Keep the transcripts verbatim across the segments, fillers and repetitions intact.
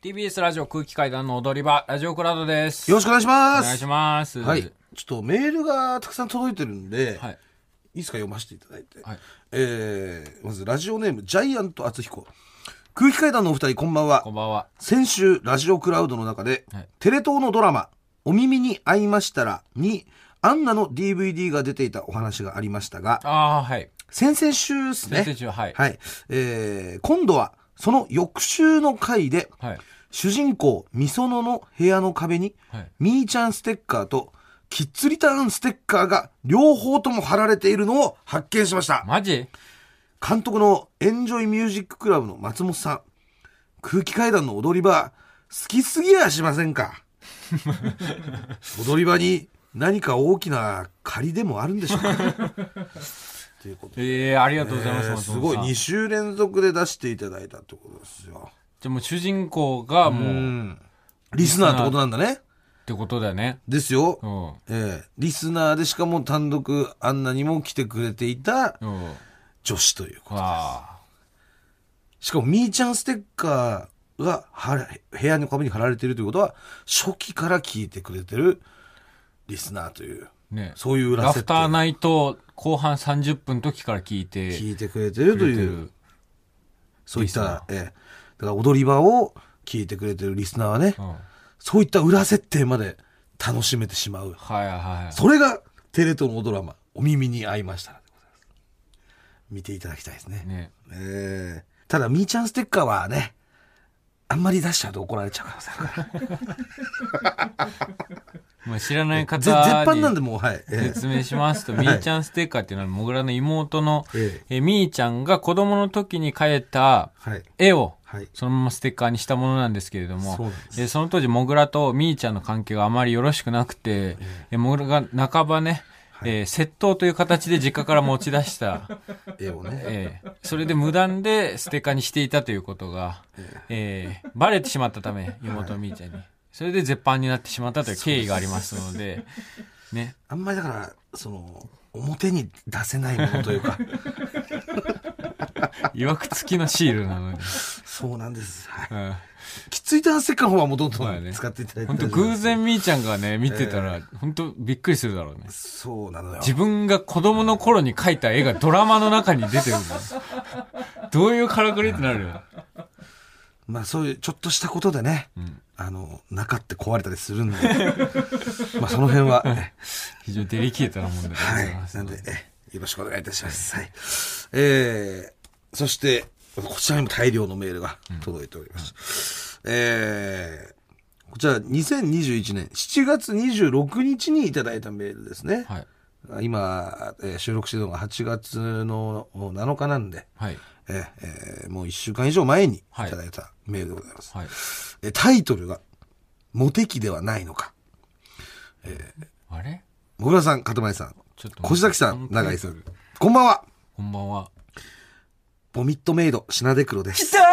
ティービーエス ラジオ空気階段の踊り場、ラジオクラウドです。 よろしくお願いします。 お願いします。 はい。ちょっとメールがたくさん届いてるんで、はい、いいですか、読ませていただいて。はい、えー、まずラジオネーム、ジャイアント厚彦。空気階段のお二人、こんばんは。 こんばんは。 先週、ラジオクラウドの中で、はい、テレ東のドラマ、お耳に合いましたらに、アンナの ディーブイディー が出ていたお話がありましたが、 あ、はい、 先々週ですね。 先々週、はい。 はい。えー、今度は、その翌週の回で、はい、主人公みそのの部屋の壁に、はい、みーちゃんステッカーとキッズリターンステッカーが両方とも貼られているのを発見しました。 マジ？ 監督のエンジョイミュージッククラブの松本さん、空気階段の踊り場好きすぎやしませんか？踊り場に何か大きな借りでもあるんでしょうか？ということで、 えー、ありがとうございます。えー、 すごいに週連続で出していただいたってことですよ。 じゃあもう主人公がもう、うん、 リスナーってことなんだね。 ってことだね。 ですよ。うん、えー、リスナーでしかも単独あんなにも来てくれていた女子ということです。あ、しかもみーちゃんステッカーが部屋の壁に貼られているということは初期から聞いてくれてるリスナーという、ね、そういう裏設定。 ラフターナイト後半さんじゅっぷんの時から聞いて聞いてくれてるというそういった、えー、だから踊り場を聞いてくれてるリスナーはね、うん、そういった裏設定まで楽しめてしまう、 はいはい、 それがテレ東のドラマお耳に合いましたでございます。見ていただきたいですね。ね、えー、ただみーちゃんステッカーはねあんまり出しちゃうと怒られちゃうかもしれないからまあ知らない方に絶版なんでもう、はい、 説明しますと、みーちゃんステッカーっていうのはもぐらの妹の、ええ、みーちゃんが子供の時に描いた絵をそのままステッカーにしたものなんですけれども、はい、そ, その当時もぐらとみーちゃんの関係があまりよろしくなくて、えもぐらが半ばね、はい、えー、窃盗という形で実家から持ち出した絵をね、 えー、それで無断でステッカーにしていたということが、えー、バレてしまったため妹のみーちゃんに、はい、それで絶版になってしまったという経緯がありますので、ね、 あんまりだからその表に出せないものというかいわくつきのシールなのにそうなんです、はい、うん、きついターンステッカーの方はもうどんどん使っていただいて、 本当偶然みーちゃんがね見てたら、えー、本当びっくりするだろうね。 そうなのよ。 自分が子供の頃に描いた絵がドラマの中に出てるんだどういうからくりってなるよ。 まあそういうちょっとしたことでね、うん、あの中って壊れたりするんでまあその辺は、ね、 非常にデリケートな問題でございます、 はい、なんでえよろしくお願いいたします、はい、えー、そしてこちらにも大量のメールが届いております、うん、えー、こちらにせんにじゅういちねんしちがつにじゅうろくにちにいただいたメールですね、はい、今、えー、収録しているのがはちがつのなのかなんで、はい、えー、もういっしゅうかん以上前にいただいたメールでございます、はいはい、えタイトルがモテ期ではないのか、えー、 あれもぐらさん、かたまりさん、小崎さん、永井さん、こんばんは。 こんばんは。 ボミットメイド品デクロです。 きた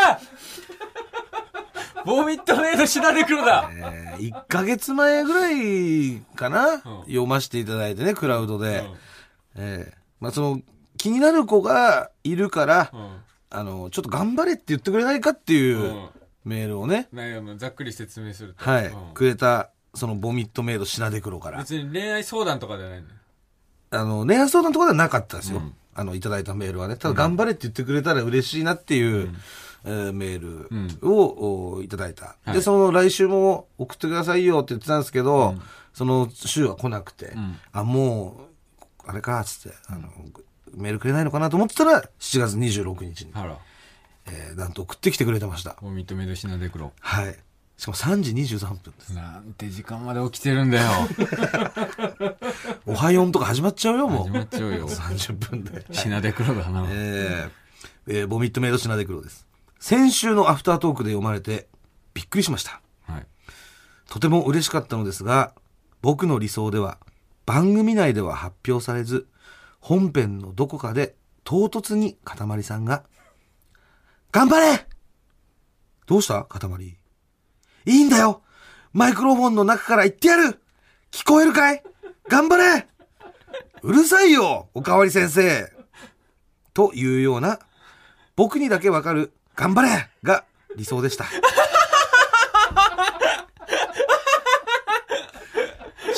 ーボミットメイド品デクロだ、 えー、いっかげつまえぐらいかな、うん、読ませていただいてね、クラウドで、うん、えー、まあその気になる子がいるから、うん、あのちょっと頑張れって言ってくれないかっていう、うん、メールをね、 内容のざっくり説明すると、 はい、 うん、 くれたそのボミットメイド品デクロから。 別に恋愛相談とかじゃないの、 あの恋愛相談とかではなかったですよ、うん、あのいただいたメールはね。ただ頑張れって言ってくれたら嬉しいなっていう、うん、えー、メールを、うん、いただいた、はい、でその来週も送ってくださいよって言ってたんですけど、うん、その週は来なくて、うん、あもうあれかっつってあのメールくれないのかなと思ってたらしちがつにじゅうろくにちに、えー、なんと送ってきてくれてました。 もう認める品デクロ、 はい、しかもさんじにじゅうさんぷんです。 なんて時間まで起きてるんだよおはよんとか始まっちゃうよ。もう始まっちゃうよさんじゅっぷんで品デクロだな、 えーえー、ボミットメイド品デクロです。先週のアフタートークで読まれてびっくりしました、はい、とても嬉しかったのですが、僕の理想では番組内では発表されず本編のどこかで唐突にかたまりさんが頑張れ、どうしたかたまり、いいんだよ、マイクロフォンの中から言ってやる、聞こえるかい、頑張れ、うるさいよおかわり先生というような僕にだけわかる頑張れが理想でした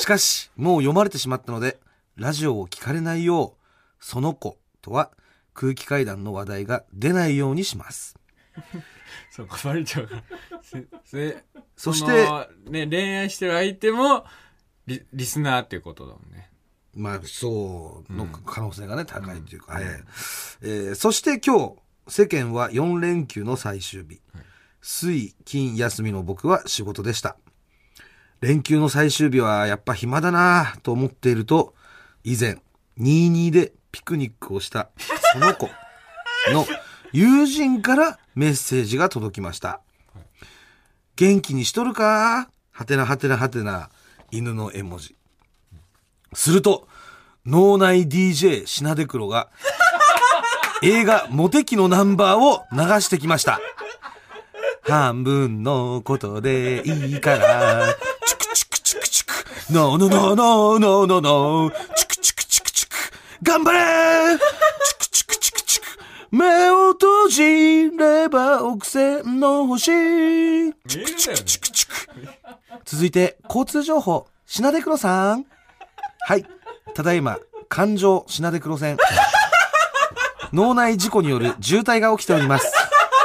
かしもう読まれてしまったのでラジオを聞かれないようその子とは空気階段の話題が出ないようにします。 そうバレちゃうからせそして、 ね、恋愛してる相手も リ, リスナーっていうことだもんね。 まあそうの可能性がね、うん、高いというか、うんはいえー、そして今日世間はよん連休の最終日、はい、水金休みの僕は仕事でした。連休の最終日はやっぱ暇だなと思っていると以前にじゅうにでピクニックをしたその子の友人からメッセージが届きました。元気にしとるかはてなはてなはてな犬の絵文字。すると脳内 ディージェー シナデクロが映画モテキのナンバーを流してきました。半分のことでいいからチュクチュクチュクチュクノーノーノーノーノーノーノーチュクチュクチュクチュク頑張れチュクチュクチュクチュク目を閉じれば億千の星チュクチュクチュクチュク続いて交通情報シナデクロさん。はいただいま環状シナデクロ線脳内事故による渋滞が起きております。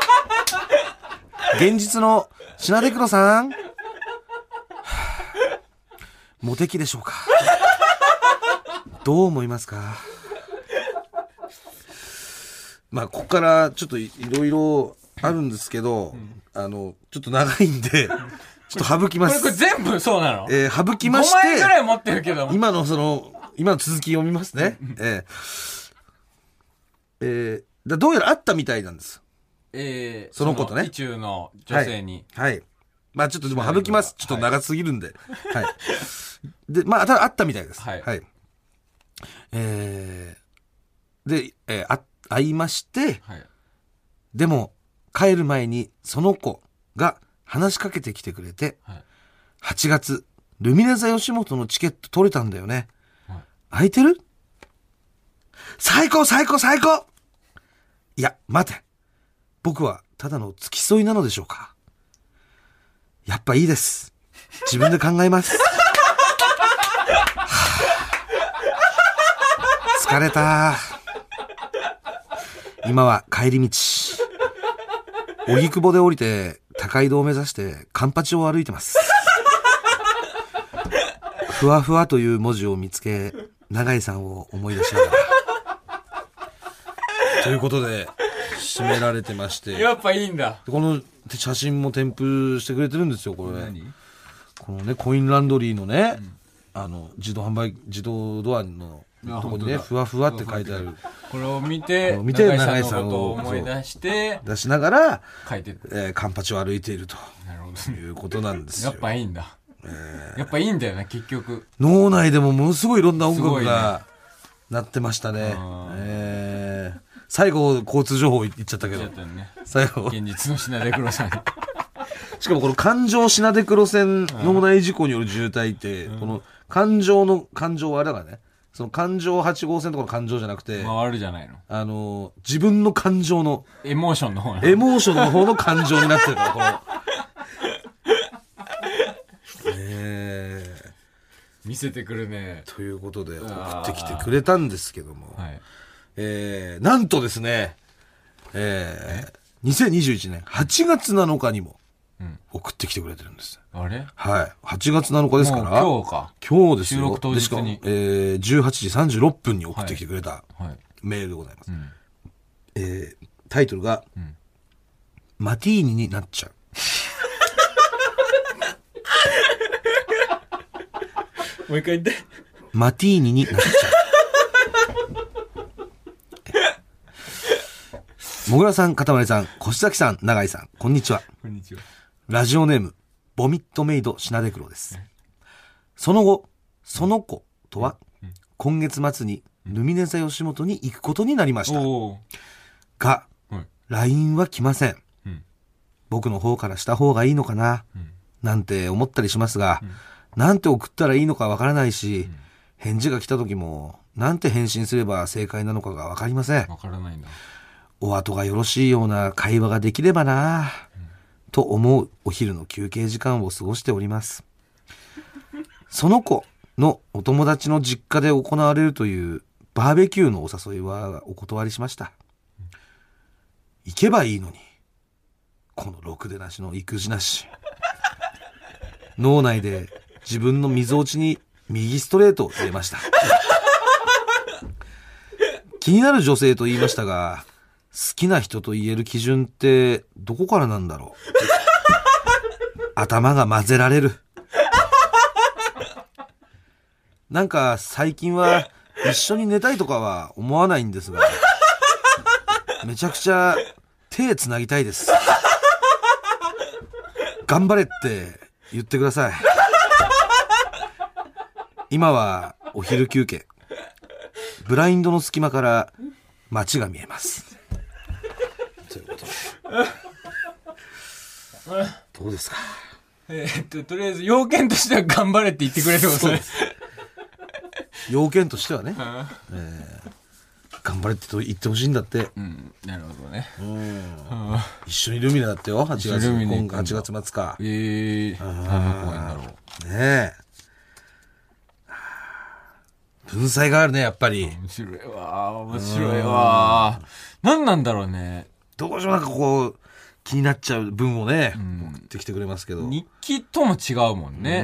現実のシナデクロさんモテ期でしょうか。どう思いますか。まあここからちょっといろいろあるんですけど、うん、あのちょっと長いんでちょっと省きます。 これこれ全部そうなの、 えー、省きましてごまいぐらい持ってるけど今のその今の続き読みますね。えーえー、だどうやらあったみたいなんです。 えー、 そのことね。 意中の女性に。 はい。はい、まあちょっとでも省きます。ちょっと長すぎるんで。はい。で、まあ、ただあったみたいです。はい。はい、えー、で、えー、あ、会いまして、はい、でも、帰る前にその子が話しかけてきてくれて、はい、はちがつ、ルミネ座吉本のチケット取れたんだよね。はい、空いてる？最高最高最高！いや、待て。僕はただの付き添いなのでしょうか。やっぱいいです。自分で考えます。はあ、疲れた。今は帰り道。荻窪で降りて高井戸を目指してカンパチを歩いてます。ふわふわという文字を見つけ、永井さんを思い出しながら。ということで締められてまして、 やっぱいいんだ。 この写真も添付してくれてるんですよ。これ何このねコインランドリーのね、うん、あの自動販売自動ドアのとこにねふわふわって書いてある。 これを見て見て永井さんのことを思い出して出しながら書いてる、 えー、カンパチを歩いているということなんですよ。 やっぱいいんだ、えー、やっぱいいんだよね。結局脳内でもものすごいいろんな音楽がなってましたね。えー、最後交通情報言っちゃったけど、ね、最後現実のシナデクロ線しかもこの環状シナデクロ線脳内事故による渋滞って、うん、この環状の環状はあれだからね、その環状はち号線とかの環状じゃなくて回るじゃないの、 あの自分の感情のエモーションの方エモーションの方の感情になってるからこのえー、見せてくるね。 ということで送ってきてくれたんですけども、はい、えー、なんとですね、えー、にせんにじゅういちねんはちがつなのかにも送ってきてくれてるんです。 あれ？ はい。はちがつなのかですから。 今日か。 今日ですよ。 収録当日に。 えー、じゅうはちじさんじゅうろっぷんに送ってきてくれたメールでございます。はいはい、えー、タイトルが、うん、マティーニになっちゃう。 もう一回言って。 マティーニになっちゃう。もぐらさん、かたまりさん、越崎さん、永井さん、こんにちは。 こんにちは。 ラジオネーム、ボミットメイドシナデクロです。その後、その子とは、うんうん、今月末にルミネ座吉本に行くことになりました。が、はい、ライン は来ません、うん。僕の方からした方がいいのかな、うん、なんて思ったりしますが、うん、なんて送ったらいいのかわからないし、うん、返事が来た時も、なんて返信すれば正解なのかがわかりません。 わからないんだ。 お後がよろしいような会話ができればな、うん、と思うお昼の休憩時間を過ごしております。その子のお友達の実家で行われるというバーベキューのお誘いはお断りしました。行けばいいのに、このろくでなしの育児なし。脳内で自分の溝落ちに右ストレートを入れました。気になる女性と言いましたが、好きな人と言える基準ってどこからなんだろう。頭が混ぜられる。なんか最近は一緒に寝たいとかは思わないんですが、めちゃくちゃ手つなぎたいです。頑張れって言ってください。今はお昼休憩。ブラインドの隙間から街が見えます。ということで。どうですか。 えー、っと、とりあえず要件としては頑張れって言ってくれることです。 要件としてはね、えー、頑張れって言ってほしいんだって。 うん、なるほどね。 うん、一緒にルミネだってよ、はちがつ、今はちがつ末か。 えー、何の公演だろう。 ねえ。文才があるね、やっぱり。 面白いわ、面白いわ。何なんだろうね。 どうしよう、なんかこう、気になっちゃう文をね、うん、送ってきてくれますけど。 日記とも違うもんね。 うん。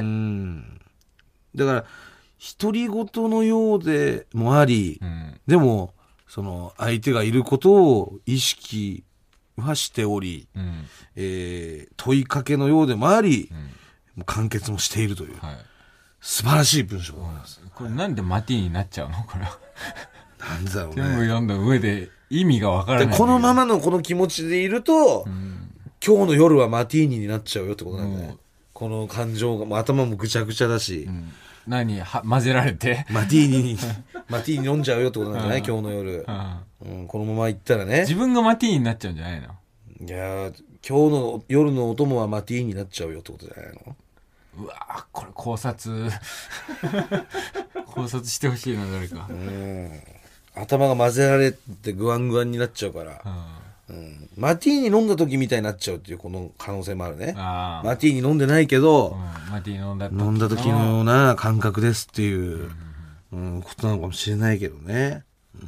だから、独り言のようでもあり、うん、でも、その、相手がいることを意識はしており、うん、えー、問いかけのようでもあり、うん、もう完結もしているという。はい、素晴らしい文章でございます。 これなんでマティーになっちゃうのこれは。 なんだろうね。 全部読んだ上で意味がわからない。 このままのこの気持ちでいると、うん、今日の夜はマティーニになっちゃうよってことなんだね。この感情が、もう頭もぐちゃぐちゃだし。うん、 何は混ぜられてマティーニに、マティーニ飲んじゃうよってことなんじゃない今日の夜、うん。このまま行ったらね。 自分がマティーニになっちゃうんじゃないの。 いや今日の夜のお供はマティーニになっちゃうよってことじゃないの。 うわこれ考察考察してほしいな誰か。 うん頭が混ぜられてグワングワンになっちゃうから、うんうん、マティーニ飲んだ時みたいになっちゃうっていうこの可能性もあるね。あマティーニ飲んでないけど、 うん、マティーニ飲んだ時の飲んだ時のような感覚ですっていう、うんうん、ことなのかもしれないけどね、うん、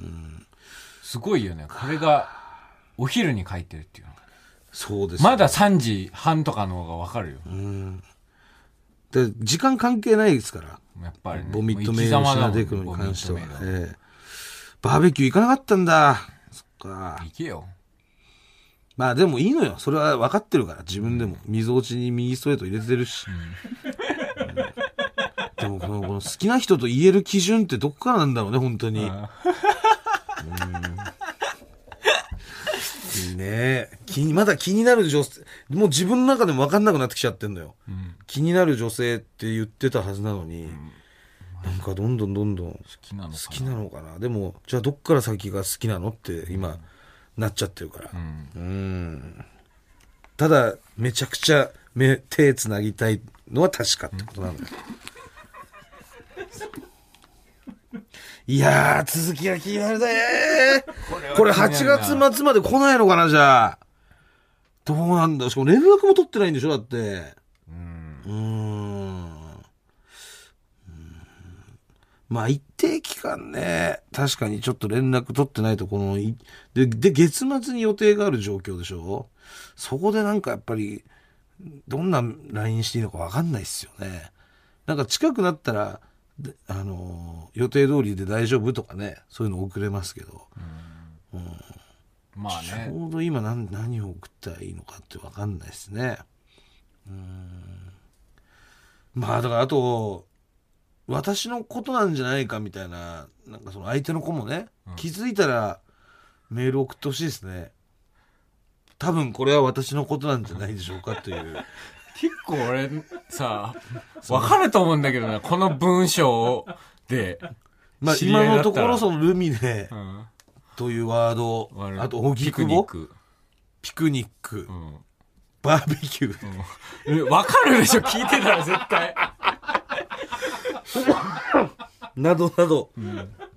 すごいよねこれがお昼に書いてるっていうの。 そうです、 ね、まださんじはんとかの方が分かるよ、うんで時間関係ないですからやっぱり、ね、 ボミットメイドシナデクロに関しては、えー、バーベキュー行かなかったんだ。そっか行けよ。 まあでもいいのよそれは分かってるから自分でも溝落ちに右ストレート入れてるし、うんうん、でもこの、この好きな人と言える基準ってどこからなんだろうね本当に。うんいいね気にまだ気になる女性もう自分の中でも分かんなくなってきちゃってんのよ、うん、気になる女性って言ってたはずなのに、うん、なんかどんどんどんどん好きなのかな好きなのかな。でもじゃあどっから先が好きなのって今、うん、なっちゃってるから、うん、うんただめちゃくちゃ目手つなぎたいのは確かってことなんだよ、いやー続きが気になるねー。これはちがつ末まで来ないのかな。じゃあどうなんだ。しかも連絡も取ってないんでしょだって。うんうーんまあ一定期間ね確かにちょっと連絡取ってないとこのでで月末に予定がある状況でしょ。そこでなんかやっぱりどんな ライン していいのか分かんないっすよね。なんか近くなったらあの予定通りで大丈夫とかねそういうの送れますけど、うんうん、まあねちょうど今 何, 何を送ったらいいのかって分かんないですね。うんまあだからあと私のことなんじゃないかみたいななんかその相手の子もね、うん、気づいたらメール送ってほしいですね。多分これは私のことなんじゃないでしょうかという結構俺さ分かると思うんだけどなこの文章でまあ今のところそのルミネというワード、うん、あと荻窪ピクニック、うん、バーベキュー、 うん、分かるでしょ聞いてたら絶対などなど、うん、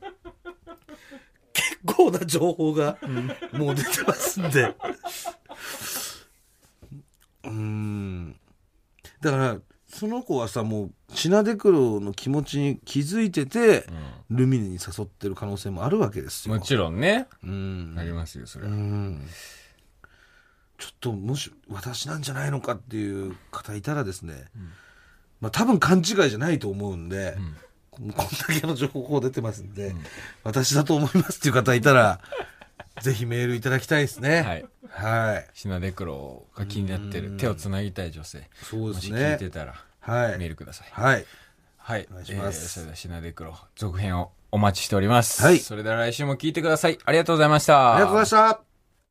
結構な情報がもう出てますんで、うん、うーんだからその子はさ、もうシナデクロの気持ちに気づいてて、うん、ルミネに誘ってる可能性もあるわけですよ。 もちろんね。うん。ありますよ、それは。うん。 ちょっともし私なんじゃないのかっていう方いたらですね、うん、まあ多分勘違いじゃないと思うんで、うん、こんだけの情報出てますんで、うん、私だと思いますっていう方いたら、ぜひメールいただきたいですね。はい。はい。 シナデクロが気になってる、手をつなぎたい女性。 そうですね。 もし聞いてたら、はい、メールください。 はい。 はい。お願いします。えー、それではシナデクロ、続編をお待ちしております。はい。それでは来週も聞いてください。ありがとうございました。 ありがとうございました。